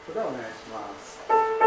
それではお願いします。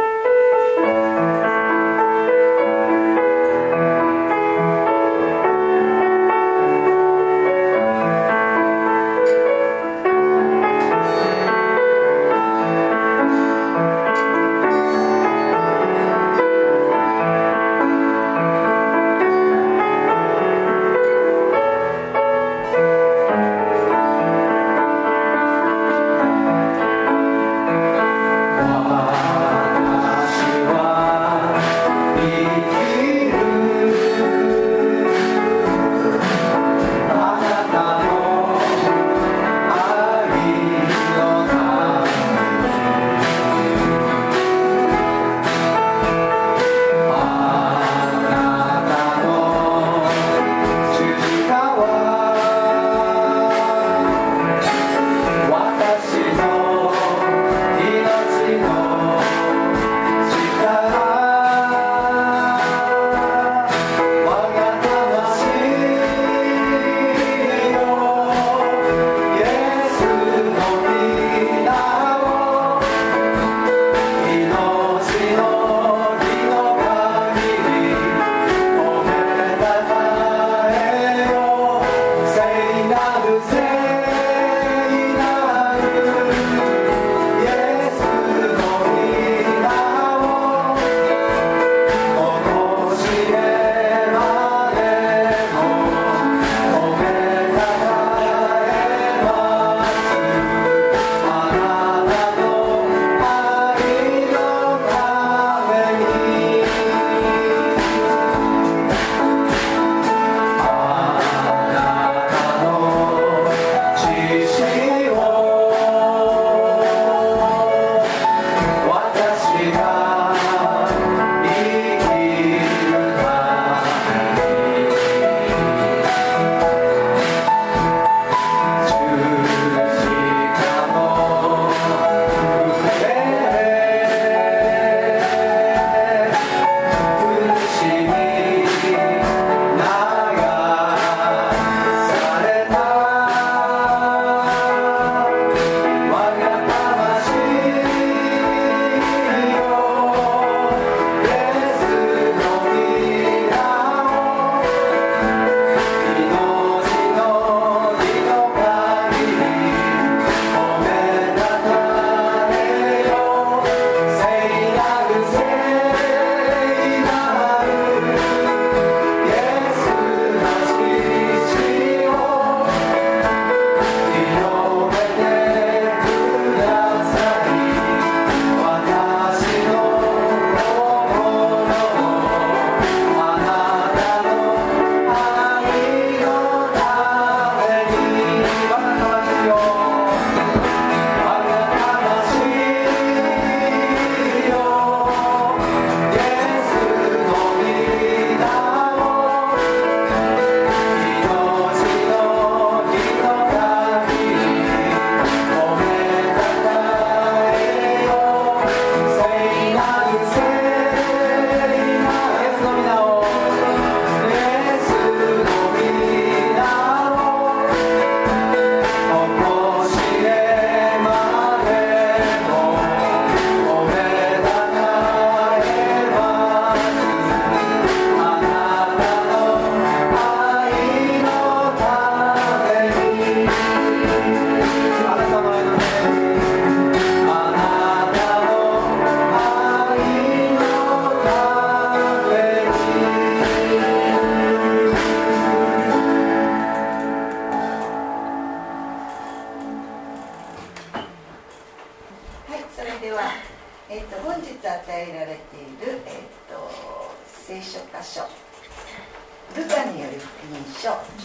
聖書箇所ルカによる福音書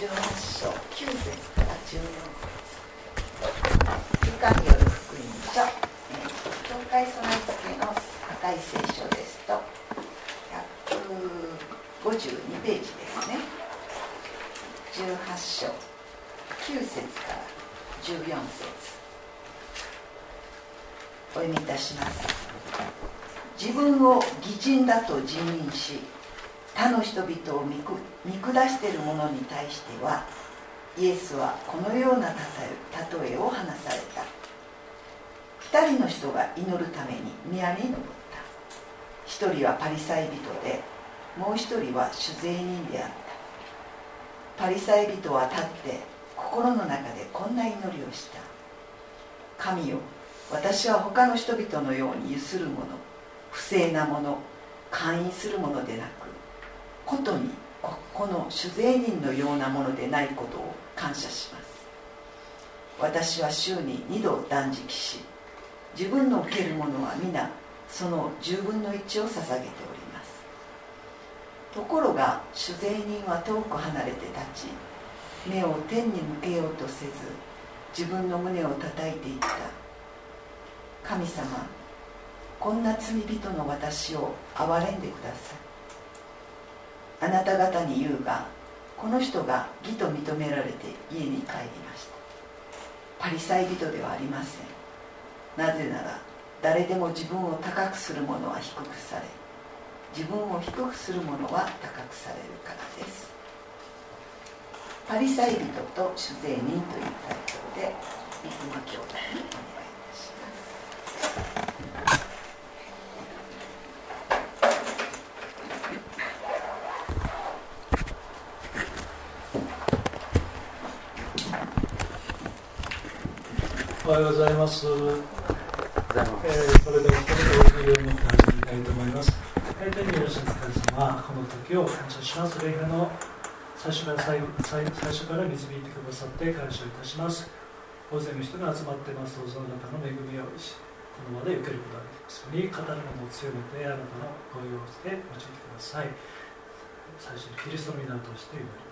18章9節から14節ルカによる福音書、教会備え付けの赤い聖書ですと152ページですね。18章9節から14節お読みいたします。自分を義人だと自認し他の人々を見下している者に対してはイエスはこのような例えを話された。 2人の人が祈るために宮に登った。1人はパリサイ人で、もう1人は主税人であった。パリサイ人は立って心の中でこんな祈りをした。神よ、私は他の人々のようにゆする者、不正な者、姦淫する者でなく、ことにこの主税人のようなものでないことを感謝します。私は週に2度断食し、自分の受けるものは皆その10分の1を捧げております。ところが主税人は遠く離れて立ち、目を天に向けようとせず、自分の胸を叩いていった。神様、こんな罪人の私を憐れんでください。あなた方に言うが、この人が義と認められて家に帰りました。パリサイ人ではありません。なぜなら誰でも自分を高くする者は低くされ、自分を低くする者は高くされるからです。パリサイ人と主税人というタイトルでビッグマ兄弟にお願いいたします。 おはようございます。それでは一言お祈りを持って始めたいと思います。天にいらっしゃる神様、この時を感謝します。礼拝の最初から導いてくださって感謝いたします。大勢の人が集まっています。どうぞあなたの恵みをこの場で受けることができますように、語るものを強めてあなたのご用意で用いてください。最初にキリストの皆を通して祈ります。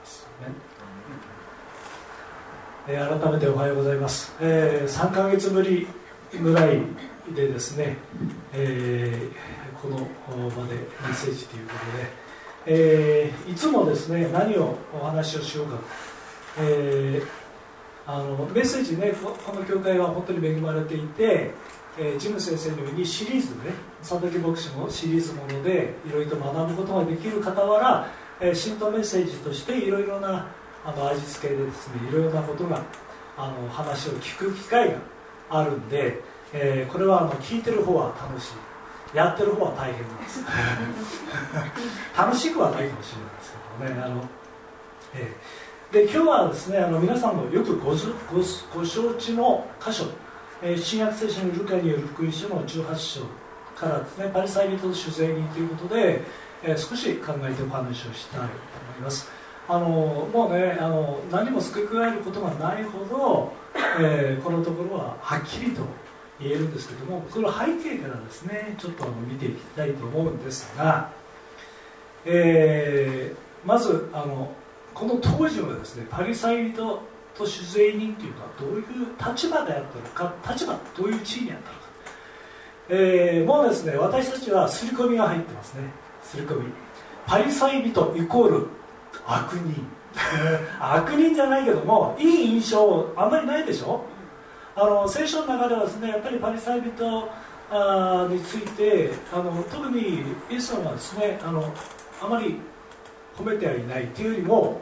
改めておはようございます。3ヶ月ぶりぐらいでですね、この場でメッセージということで、いつもですね何をお話をしようか、メッセージね、この教会は本当に恵まれていて、ジム先生のようにシリーズね、佐々木牧師のシリーズものでいろいろと学ぶことができる傍ら、信徒メッセージとしていろいろな味付けでですね、いろいろなことが話を聞く機会があるんで、これは聞いてる方は楽しい、やってる方は大変なんです楽しくはないかもしれないですけどね。で今日はですね、皆さんもよくご承知の箇所、新約聖書のルカによる福音書の18章からですね、パリサイ人と主税人ということで、少し考えてお話をしたいと思います。もうね、何も付け加えることがないほど、このところははっきりと言えるんですけども、その背景からですねちょっと見ていきたいと思うんですが、まずこの当時はですね、パリサイ人と主税人というのはどういう立場であったのか、立場どういう地位にあったのか、もうですね、私たちは刷り込みが入ってますね。刷り込み、パリサイ人イコール悪人悪人じゃないけども、いい印象あんまりないでしょ。聖書の中ではですね、やっぱりパリサイ人について特にイエス様はですね、あまり褒めてはいないというよりも、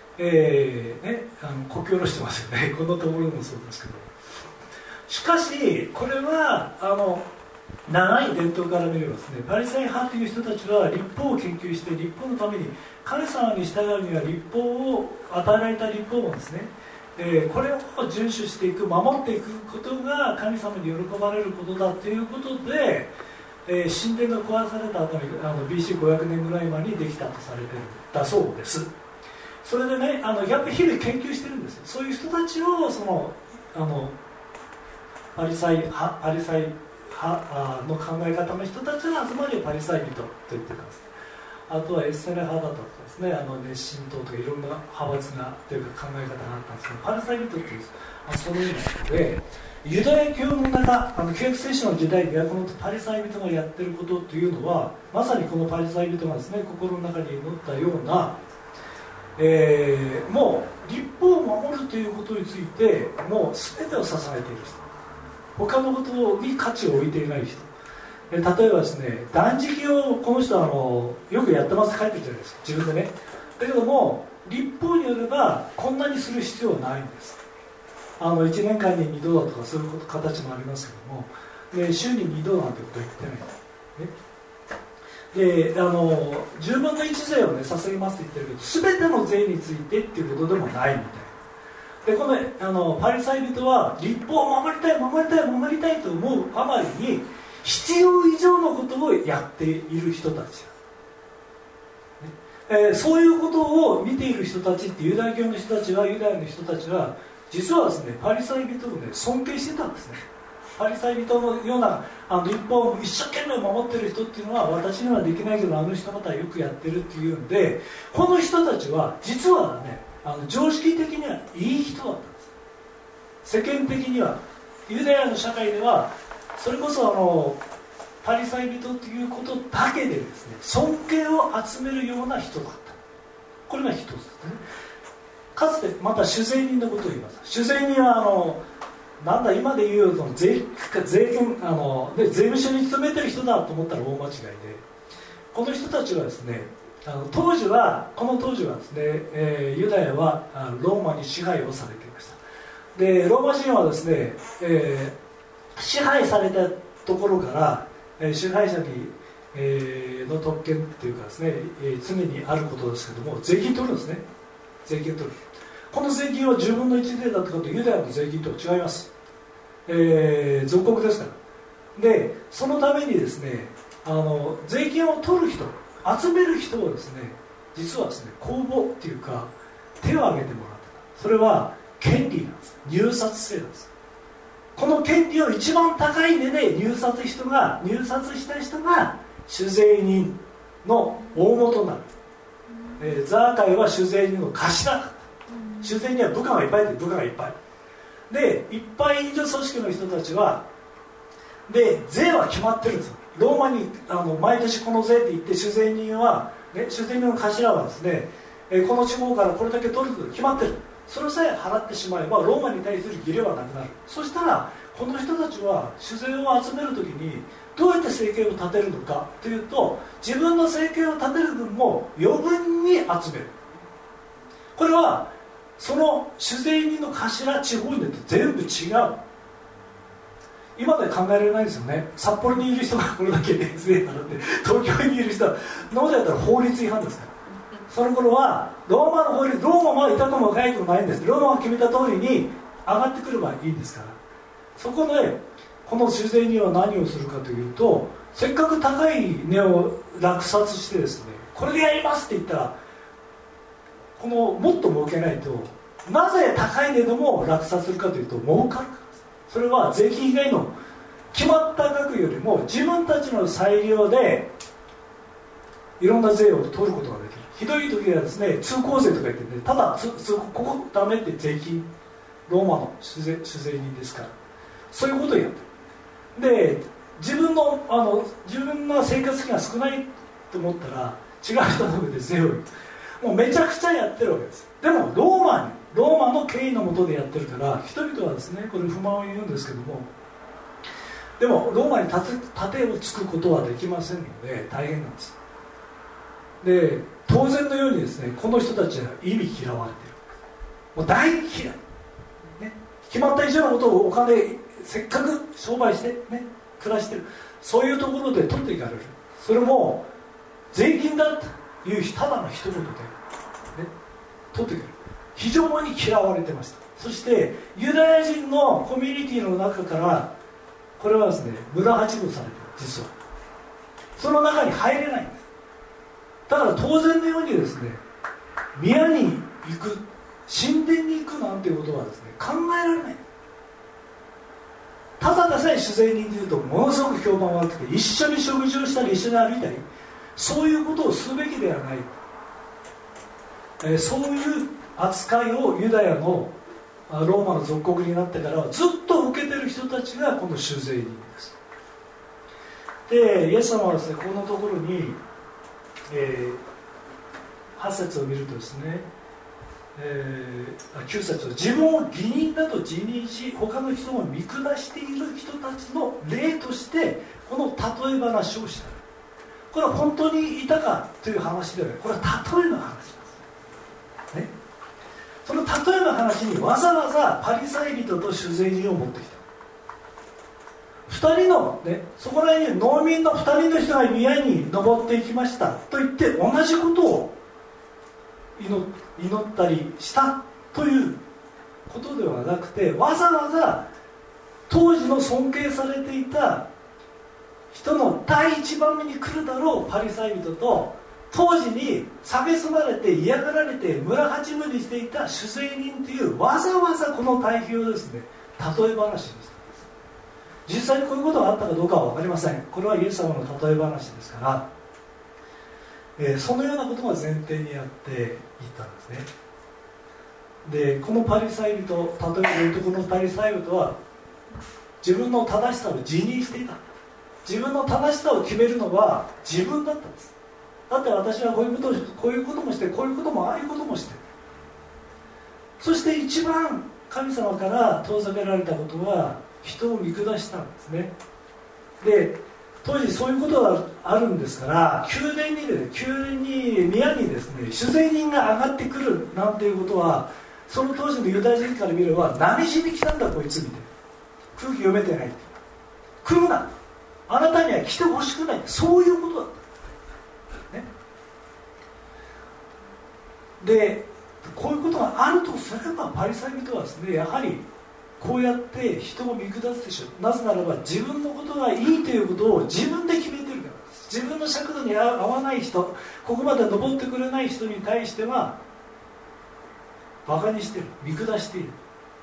こき下ろしてますよね。このところもそうですけど、しかしこれは長い伝統から見ればですね、パリサイ派という人たちは立法を研究して、立法のために神様に従うには立法を与えられた立法をですね、これを遵守していく、守っていくことが神様に喜ばれることだということで、神殿が壊された後にBC500 年ぐらい前にできたとされているだそうです。それでね、やっぱり日々研究してるんですよ。そういう人たちをパリサイ派の考え方の人たちの集まりをパリサイ人と言っています。あとはエッセネ派だとかですね、熱心党とかいろんな派閥がというか考え方があったんですけど、パリサイ人というそのようなことで、ユダヤ教の中、旧約聖書の時代にはこのパリサイ人がやってることというのは、まさにこのパリサイ人がですね、心の中に持ったような、もう立法を守るということについてもう全てを捧げている人、他のことに価値を置いていない人、例えばですね、断食をこの人はよくやってますって書いてるじゃないですか、自分でね。だけども立法によればこんなにする必要はないんです。1年間に2度だとかそういう形もありますけども、 で週に2度なんてことは言ってない、ね、で10分の1税をね捧げますって言ってるけど、全ての税についてっていうことでもないみたいで、このパリサイ人は立法を守りたい守りたい守りたいと思うあまりに必要以上のことをやっている人たち、そういうことを見ている人たちって、ユダヤ教の人たちは、ユダヤの人たちは実はですね、パリサイ人をね尊敬してたんですね。パリサイ人のような立法を一生懸命守っている人っていうのは、私にはできないけどあの人方はよくやってるっていうんで、この人たちは実はね常識的にはいい人だったんです。世間的にはユダヤの社会ではそれこそパリサイ人ということだけでですね尊敬を集めるような人だった。これが一つですね。かつてまた酒税人のことを言います。酒税人はなんだ今で言うと税金で税務署に勤めてる人だと思ったら大間違いで、この人たちはですねこの当時はですね、ユダヤはローマに支配をされていました。でローマ人はですね、支配されたところから支配者に、の特権っていうかですね、常にあることですけども、税金取るんですね。税金取る。この税金は10分の1税だってことでユダヤの税金と違います。属国ですから。でそのためにですね税金を取る人、集める人をですね、実はですね公募っていうか手を挙げてもらってた。それは権利なんです。入札制なんです。この権利を一番高い値で入札した人が酒税人の大元になる。ザーカイは酒税人の頭だった。酒税人は部下がいっぱいいて、部下がいっぱいで、いっぱいいる組織の人たちはで税は決まってるんですよ。ローマに毎年この税って言って、酒税人は、ね、酒税人の頭はですね、この地方からこれだけ取ると決まってる。それさえ払ってしまえばローマに対する義理はなくなる。そしたらこの人たちは酒税を集めるときにどうやって生計を立てるのかというと、自分の生計を立てる分も余分に集める。これはその酒税人の頭地方によって全部違う。今で考えられないですよね。札幌にいる人がこれだけ税払って東京にいる人はなぜだったら法律違反ですから。その頃はローマの法律、ローマは痛くも痒くもないんです。ローマが決めた通りに上がってくればいいんですから。そこでこの酒税人は何をするかというと、せっかく高い値を落札してですね、これでやりますって言ったらもっと儲けないと、なぜ高い値でも落札するかというと儲かるからです。それは税金以外の決まった額よりも自分たちの裁量でいろんな税を取ることができる。ひどい時はですね、通行税とか言ってね、ただここダメって税金、ローマの酒税人ですから、そういうことをやってる。で自分の生活費が少ないと思ったら違う人の上で税をもうめちゃくちゃやってるわけです。でもローマの権威の下でやってるから、人々はですねこれ不満を言うんですけども、でもローマに盾をつくことはできませんので大変なんです。で当然のようにですね、この人たちは意味嫌われている。もう大嫌い、ね、決まった以上のことをお金せっかく商売して、ね、暮らしてる、そういうところで取っていかれる。それも税金だというただの一言で、ね、取っていかれる。非常に嫌われてました。そしてユダヤ人のコミュニティの中からこれはですね村八分されている。実はその中に入れないんです。だから当然のようにですね、宮に行く、神殿に行くなんていうことはですね考えられない。ただでさえ酒税人というとものすごく評判が悪くて、一緒に食事をしたり一緒に歩いたり、そういうことをすべきではない、そういう扱いをユダヤのローマの属国になってからはずっと受けてる人たちがこの酒税人です。でイエス様はですねこのところに、8節を見るとですね、9節は自分を義人だと自認し他の人を見下している人たちの例としてこの例え話をした。これは本当にいたかという話ではない。これは例えの話なんです、ね、その例えの話にわざわざパリサイ人と酒税人を持ってきた。 2人のね、そこら辺に農民の2人の人が宮に登っていきましたと言って同じことを祈ったりしたということではなくて、わざわざ当時の尊敬されていた人の第一番目に来るだろうパリサイ人と、当時に蔑まれて嫌がられて村八分にしていた主税人という、わざわざこの対比をですね、例え話にしたんです。実際にこういうことがあったかどうかは分かりません。これはイエス様の例え話ですから、そのようなことが前提にあっていったんですね。でこのパリサイ人、例えば言うとこのパリサイ人は自分の正しさを自認していた。自分の正しさを決めるのは自分だったんです。だって私はこういうこともして、こういうこともああいうこともして、そして一番神様から遠ざけられたことは人を見下したんですね。で当時そういうことがあるんですから、宮殿に宮にですね、主税人が上がってくるなんていうことは、その当時のユダヤ人から見れば、何しに来たんだこいつみたいな、空気読めてない、来るな、あなたには来てほしくない、そういうことだった、ね、でこういうことがあるとすれば、パリサイ人はですね、やはりこうやって人を見下すでしょう。なぜならば自分のことがいいということを自分で決めてるからです。自分の尺度に合わない人、ここまで登ってくれない人に対してはバカにしている、見下している、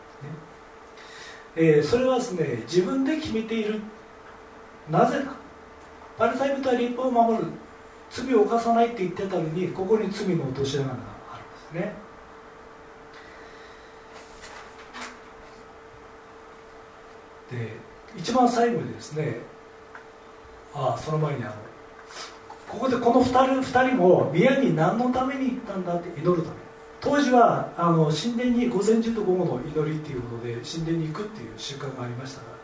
ね、それはですね、自分で決めている。なぜか、パリサイ人は律法を守る、罪を犯さないって言ってたのに、ここに罪の落とし穴があるんですね。で一番最後にですね、その前にここでこの2人も宮に何のために行ったんだって祈るため。当時は神殿に午前中と午後の祈りっていうことで神殿に行くっていう習慣がありましたから、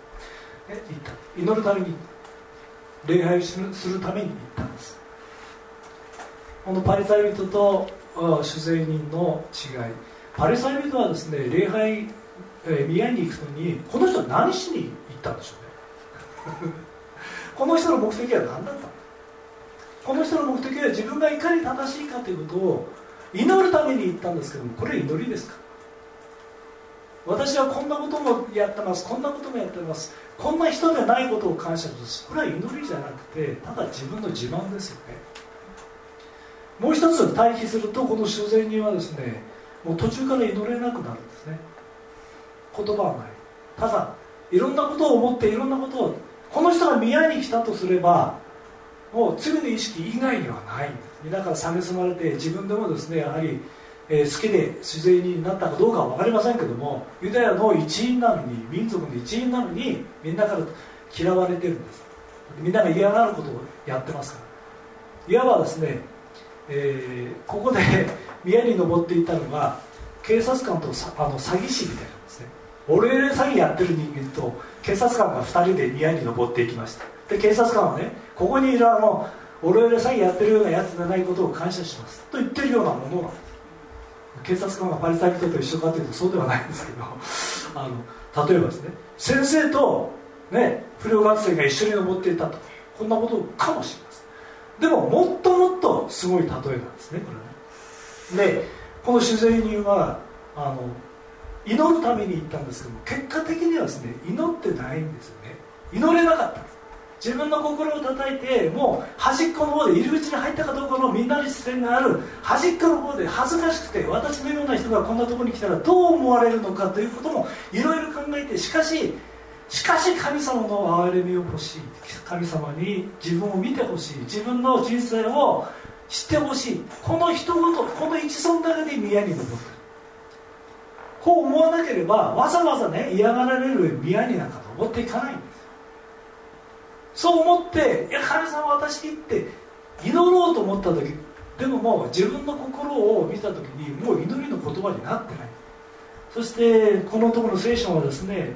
ね、行った、祈るために、礼拝するために行ったんです。このパリサイ人と主税人の違い、パリサイ人はですね、礼拝宮に行くのに、この人は何しに行ったんでしょうねこの人の目的は何だったの？この人の目的は自分がいかに正しいかということを祈るために行ったんですけども、これは祈りですか？私はこんなこともやってます、こんなこともやってます、こんな人でないことを感謝する、これは祈りじゃなくて、ただ自分の自慢ですよね。もう一つ対比すると、この主税人はですね、もう途中から祈れなくなるんですね。言葉はない、ただいろんなことを思って、いろんなことを、この人が宮に来たとすればもう罪の意識以外にはないんです。皆から蔑まれて、自分でもですね、やはり、好きで主税人になったかどうかは分かりませんけども、ユダヤの一員なのに、民族の一員なのに、みんなから嫌われてるんです。みんなが嫌がることをやってますから。いわばですね、ここで宮に登っていったのが警察官と詐欺師みたいなんですね。オレオレ詐欺やってる人間と警察官が2人で宮に登っていきました。で警察官はね、ここにいるオレオレ詐欺やってるようなやつでないことを感謝しますと言ってるようなものなんです。警察官がパリサイ人と一緒かというとそうではないんですけど、例えばですね、先生と、ね、不良学生が一緒に登っていたと、こんなことかもしれません。でももっともっとすごい例えなんですね、これね。でこの主税人は祈るために行ったんですけども、結果的にはですね、祈ってないんですよね。祈れなかったんです。自分の心を叩いて、もう端っこの方で、入り口に入ったかどうかのみんなに視線がある端っこの方で恥ずかしくて、私のような人がこんなところに来たらどう思われるのかということもいろいろ考えて、しかし神様の憐れみを欲しい、神様に自分を見てほしい、自分の人生を知ってほしい、この一言、この一存だけで宮に登ってる。こう思わなければわざわざね、嫌がられる宮になんか登っていかないんです。そう思って、いや神様私にって祈ろうと思った時、でももう自分の心を見た時にもう祈りの言葉になってない。そしてこのところの聖書はですね、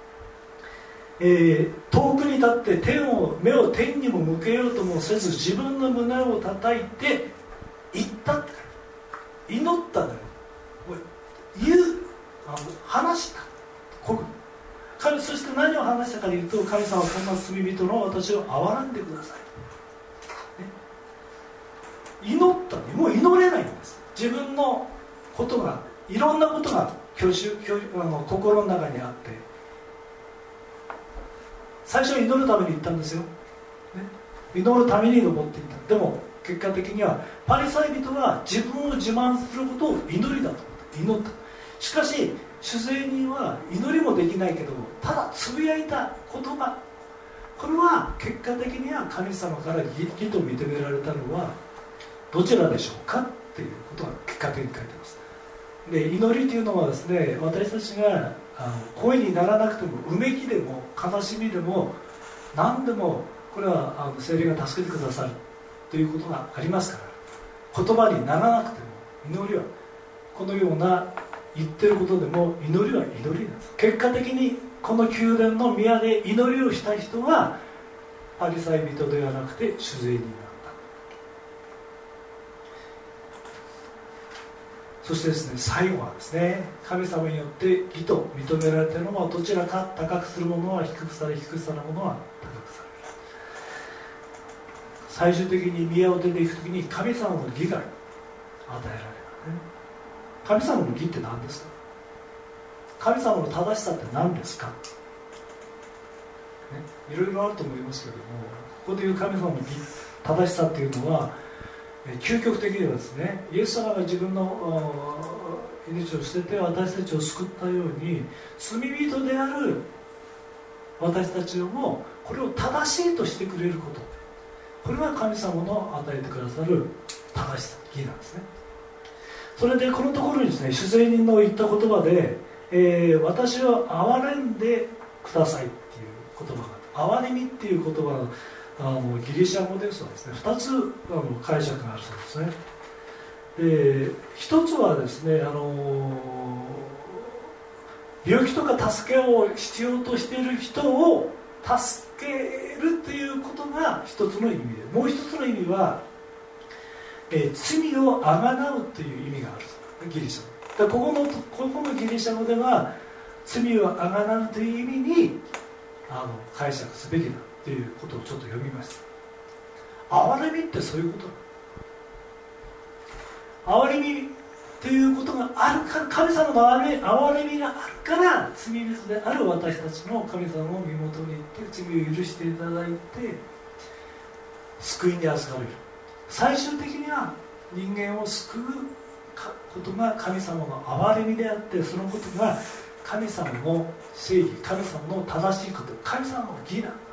遠くに立って目を天にも向けようともせず、自分の胸を叩いて言ったって、祈ったんだよ。話した、 そして何を話したかというと、神様はこんな罪人の私を憐らんでください、ね、祈ったのにもう祈れないんです。自分のことがいろんなことが心の中にあって、最初祈るために行ったんですよ、ね、祈るために登っていった。でも結果的にはパリサイ人は自分を自慢することを祈りだと祈った。しかし主税人は祈りもできないけども、ただつぶやいた言葉、これは結果的には神様から義と認められたのはどちらでしょうかっていうことが結果的に書いてます。で、祈りというのはですね、私たちが声にならなくても、うめきでも悲しみでも何でも、これは聖霊が助けてくださるということがありますから、言葉にならなくても祈りは、このような言ってることでも祈りは祈りなんです。結果的にこの宮殿の宮で祈りをした人はパリサイ人ではなくて主税人なんだ。そしてですね、最後はですね、神様によって義と認められているのはどちらか、高くするものは低くされ、低くされるものは高くされる。最終的に宮を出ていくときに神様の義が与えられる、ね、神様の義って何ですか。神様の正しさって何ですか、ね、いろいろあると思いますけれども、ここでいう神様の義、正しさっていうのは究極的にはですね、イエス様が自分の命を捨てて私たちを救ったように、罪人である私たちをもこれを正しいとしてくれること、これは神様の与えてくださる正しさ、義なんですね。それでこのところにですね、主税人の言った言葉で、私を憐れんでくださいっていう言葉が、憐れみっていう言葉がギリシャ語ですとですね、2つ解釈があるそうですね。で、一つはですね、病気とか助けを必要としている人を助けるということが一つの意味で、もう一つの意味は、罪をあがなうという意味がある、ギリシャ語で、ここのギリシャ語では罪をあがなうという意味に解釈すべきだということをちょっと読みました。憐れみってそういうこと、憐れみということがあるから、神様の憐れみがあるから、罪人である私たちの神様の身元に行って罪を許していただいて救いに預かれる。最終的には人間を救うことが神様の憐れみであって、そのことが神様の正義、神様の正しいこと、神様の義なんだ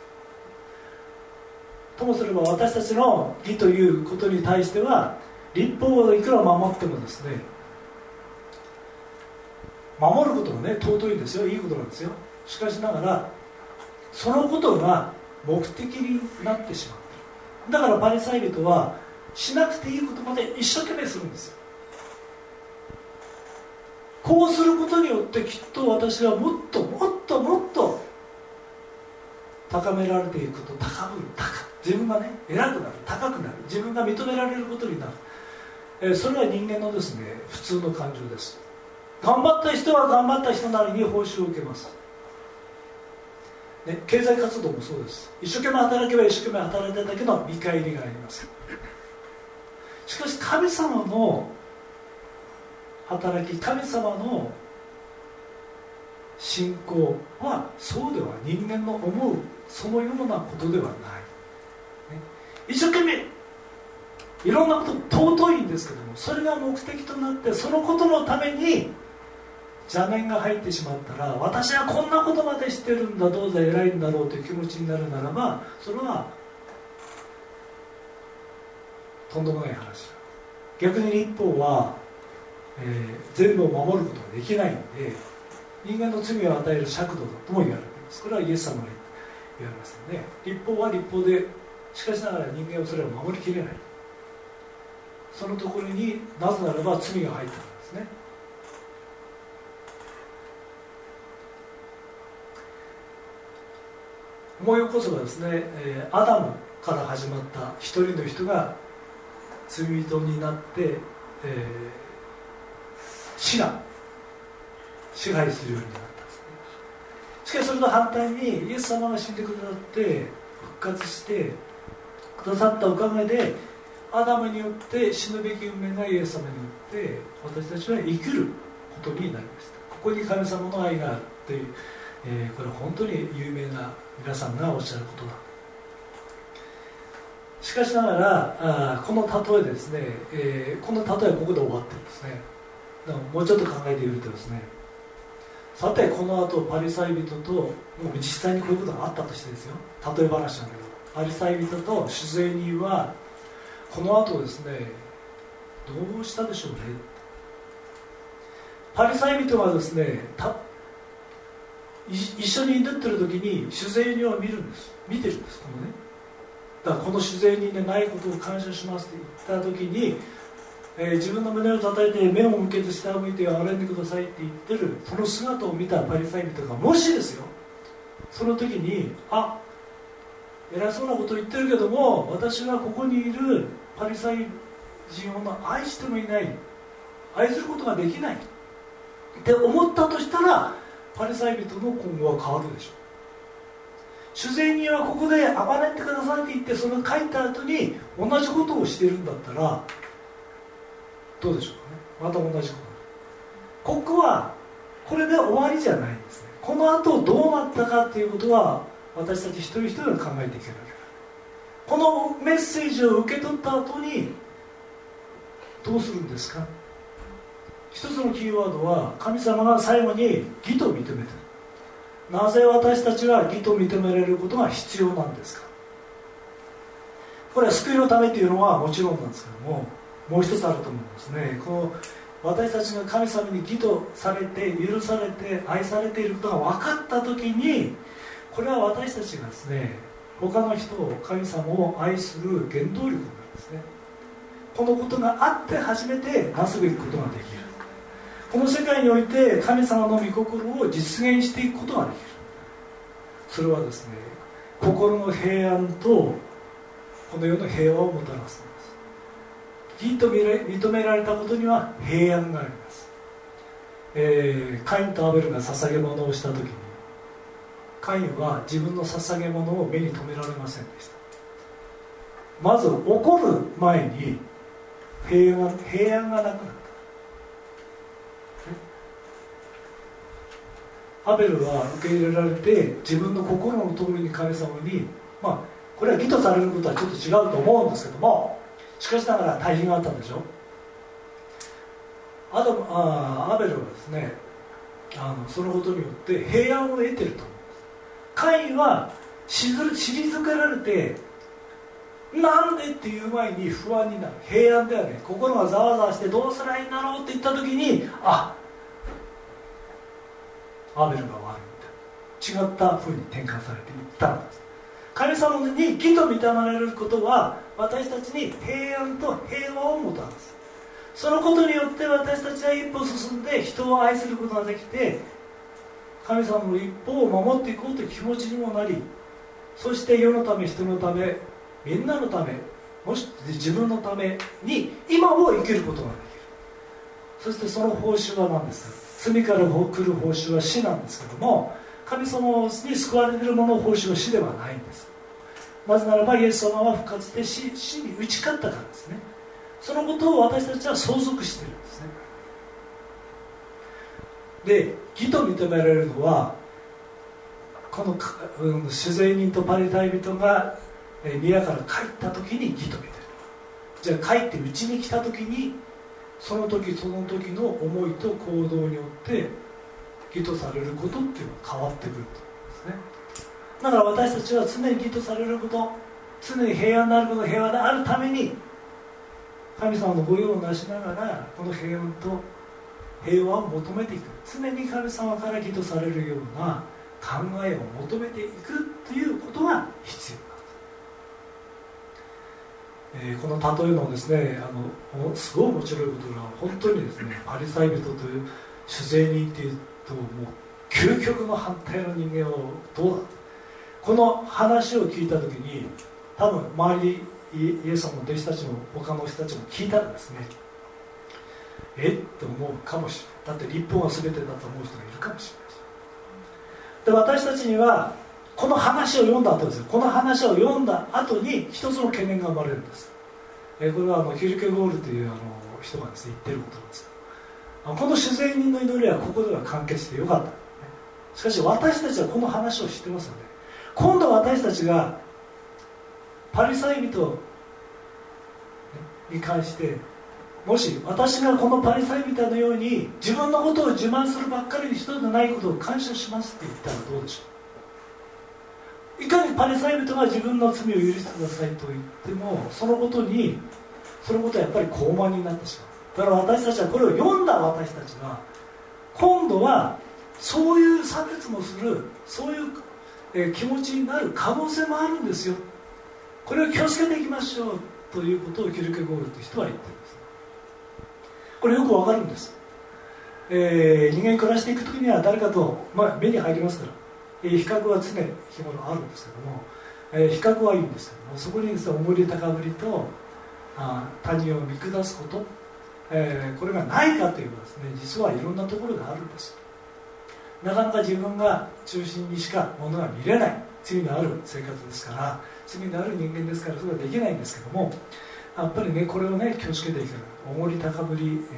ともすれば、私たちの義ということに対しては律法をいくら守ってもですね、守ることがね尊いんですよ、いいことなんですよ。しかしながらそのことが目的になってしまう。だからパリサイ人はしなくていいことまで一生懸命するんですよ。こうすることによってきっと私はもっともっともっと高められていくと、自分がね偉くなる、高くなる、自分が認められることになる、それは人間のですね普通の感情です。頑張った人は頑張った人なりに報酬を受けます、ね、経済活動もそうです。一生懸命働けば一生懸命働いただけの見返りがあります。しかし神様の働き、神様の信仰はそうでは、人間の思うそのようなことではない、ね、一生懸命いろんなこと尊いんですけども、それが目的となってそのことのために邪念が入ってしまったら、私はこんなことまでしてるんだ、どうぞ偉いんだろうという気持ちになるならば、それはとんでもない話だ。逆に律法は、全部を守ることができないので、人間の罪を与える尺度だとも言われています。これはイエス様に言われますよね。律法は律法で、しかしながら人間はそれを守りきれない。そのところになぜならば罪が入ったからですね。思い起こせばですね、アダムから始まった一人の人が罪人になって、死が支配するようになったんですね。 しかしそれと反対にイエス様が死んでくださって復活してくださったおかげで、アダムによって死ぬべき運命がイエス様によって私たちは生きることになりました。ここに神様の愛があるという、これは本当に有名な皆さんがおっしゃることだ。しかしながらこの例えですね、この例えはここで終わってるんですね。でももうちょっと考えてみるとですね、さてこの後パリサイ人と、もう実際にこういうことがあったとしてですよ、例え話なんだけど、パリサイ人と酒税人はこの後ですね、どうしたでしょうね。パリサイ人はですね、一緒に祈ってる時に酒税人を見てるんですこのね。だからこの酒税人でないことを感謝しますって言った時に、自分の胸を叩いて目を向けて下を向いて憐れんでくださいって言ってるその姿を見たパリサイ人がもしですよ、その時に偉そうなことを言ってるけども、私はここにいるパリサイ人を愛してもいない、愛することができないって思ったとしたら、パリサイ人の今後は変わるでしょう。酒税人はここで憐れんでくださいって言ってその書いた後に同じことをしているんだったらどうでしょうかね。また同じこと。ここはこれで終わりじゃないんですね。この後どうなったかということは私たち一人一人が考えていけるわけだ。このメッセージを受け取った後にどうするんですか。一つのキーワードは、神様が最後に義と認めている。なぜ私たちは義と認められることが必要なんですか。これは救いのためというのはもちろんなんですけども、もう一つあると思うんですね。この私たちが神様に義とされて許されて愛されていることが分かった時に、これは私たちがですね、他の人を、神様を愛する原動力なんですね。このことがあって初めてなすべきことができる。この世界において神様の御心を実現していくことができる。それはですね、心の平安とこの世の平和をもたらすんです。義と認められたことには平安があります。カインとアベルが捧げ物をした時に、カインは自分の捧げ物を目に留められませんでした。まず怒る前に平安がなくなった。アベルは受け入れられて、自分の心の通りに神様に、これは義とされることはちょっと違うと思うんですけども、しかしながら対比があったんでしょ。アベルはですね、そのことによって平安を得ていると思うんです。カインは退けられて、なんでっていう前に不安になる。平安ではね、心がざわざわしてどうすりゃいいんだろうって言った時に、アベルが悪いんだ、違った風に転換されていったんです。神様に義と認められることは私たちに平安と平和をもたらす。そのことによって私たちは一歩進んで人を愛することができて、神様の一歩を守っていこうという気持ちにもなり、そして世のため人のためみんなのため、もし自分のために今を生きることができる。そしてその報酬は何ですか。罪から来る報酬は死なんですけども、神様に救われている者の報酬は死ではないんです。なぜならばイエス様は復活して死に打ち勝ったからですね。そのことを私たちは相続しているんですね。で、義と認められるのは、この酒税人とパリサイ人が宮から帰った時に義と認める。じゃあ帰ってうちに来た時に、その時その時の思いと行動によって義とされることっていうのは変わってくると思うんですね。だから私たちは常に義とされること、常に平安であること、平和であるために神様の御用をなしながら、この平安と平和を求めていく。常に神様から義とされるような考えを求めていくということが必要。この例えのですね、すごい面白いことが、本当にですね、パリサイ人という酒税人っていうと、もう究極の反対の人間をどうだ、この話を聞いた時に、多分周りイエス様の弟子たちも他の人たちも聞いたらですね、って思うかもしれない。だって立法が全てだと思う人がいるかもしれないし、 で私たちにはこの話を読んだ後ですよ、この話を読んだ後に一つの懸念が生まれるんです。これはキルケゴールという人がですね言ってることなんです。この主税人の祈りはここでは完結してよかった。しかし私たちはこの話を知ってますので、今度私たちがパリサイ人に関して、もし私がこのパリサイ人のように自分のことを自慢するばっかりに人でないことを感謝しますって言ったらどうでしょう。いかにパリサイ人が自分の罪を許してくださいと言っても、そのことはやっぱり高慢になってしまう。だから私たちはこれを読んだ私たちは今度はそういう差別もする、そういう気持ちになる可能性もあるんですよ。これを気をつけていきましょうということをキルケゴールという人は言ってるんです。これよくわかるんです。人間暮らしていくときには誰かと、目に入りますから、比較は常日頃あるんですけども、比較はいいんですけども、そこにですね、思いり高ぶりと他人を見下すこと、これがないかというとですね、実はいろんなところがあるんです。なかなか自分が中心にしかものが見れない、罪のある生活ですから、罪のある人間ですから、それはできないんですけども、やっぱりね、これをね、気をつけていく。おり高ぶり、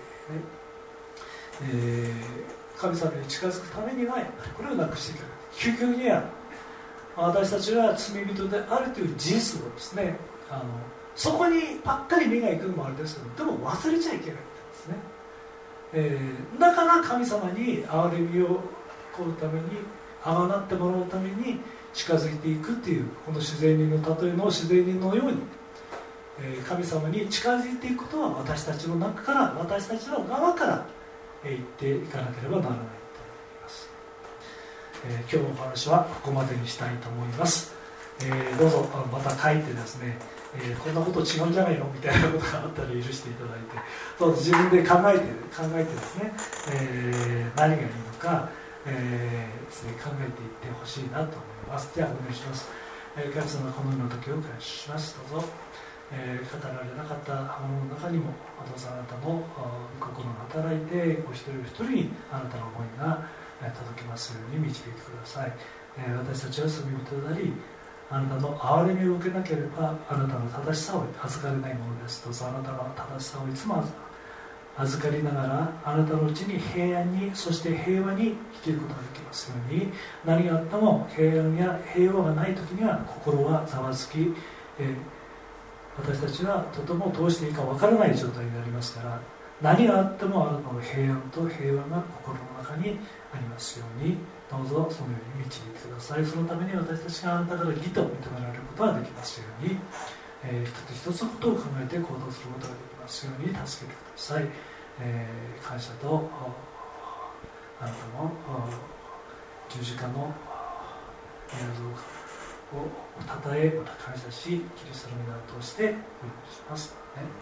神様に近づくためには、やっぱりこれをなくしていく。究極には私たちは罪人であるという事実をですね、そこにばっかり目が行くのもあれですけど、でも忘れちゃいけないんですね。だから神様に憐れみを請うために、あがなってもらうために近づいていくっていう、この主税人の例えの主税人のように、神様に近づいていくことは私たちの中から、私たちの側から言っていかなければならないと思います。今日のお話はここまでにしたいと思います。どうぞまた書いてですね、こんなこと違うんじゃないのみたいなことがあったら許していただいて、どうぞ自分で考えてですね、何がいいのか、ですね、考えていってほしいなと思います。ではお願いします。神様、このような時を感謝します。どうぞ、語られなかったものの中にも、どうぞあなたの心が働いて、お一人お一人にあなたの思いが届きますように導いてください。私たちは罪人であり、あなたの憐れみを受けなければあなたの正しさを預かれないものです。どうぞあなたの正しさをいつも預かりながら、あなたのうちに平安に、そして平和に生きることができますように。何があっても平安や平和がない時には心はざわつき、私たちはとてもどうしていいかわからない状態になりますから、何があってもあなたの平安と平和が心の中にありますように、どうぞそのように導いてください。そのために私たちがあなたから義と認められることができますように、一つ一つことを考えて行動することができますように助けてください。感謝とあなたの十字架の宮像をたたえ、また感謝し、キリストの皆を通してお祈りします。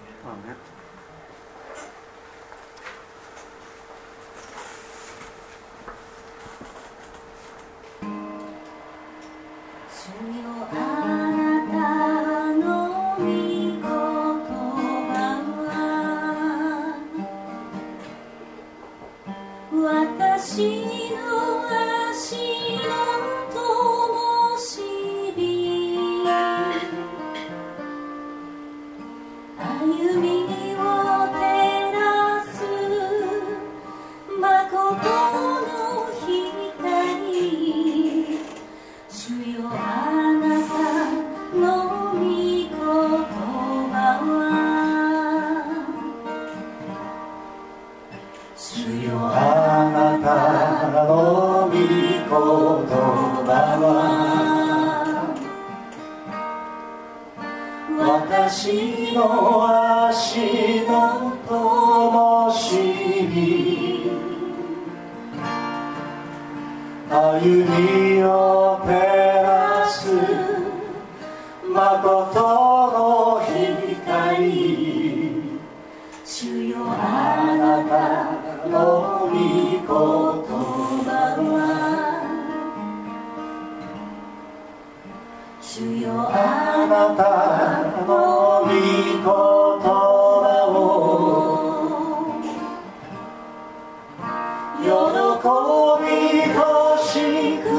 私の足の灯火、歩みを照らす誠の光、主よあなたの御言葉は、主よあなたの御言葉を喜びと祝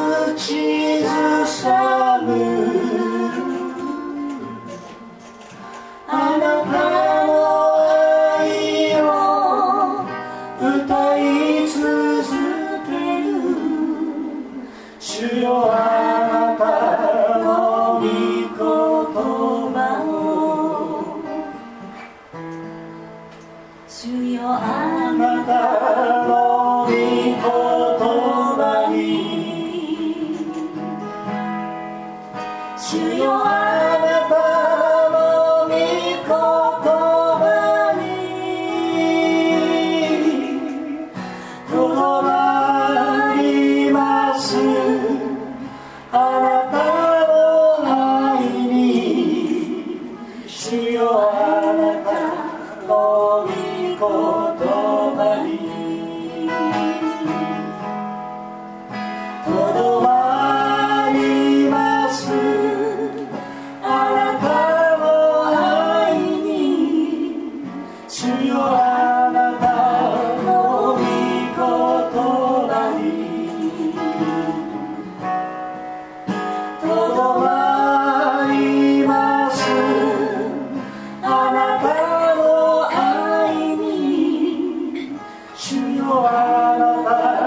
主よあなた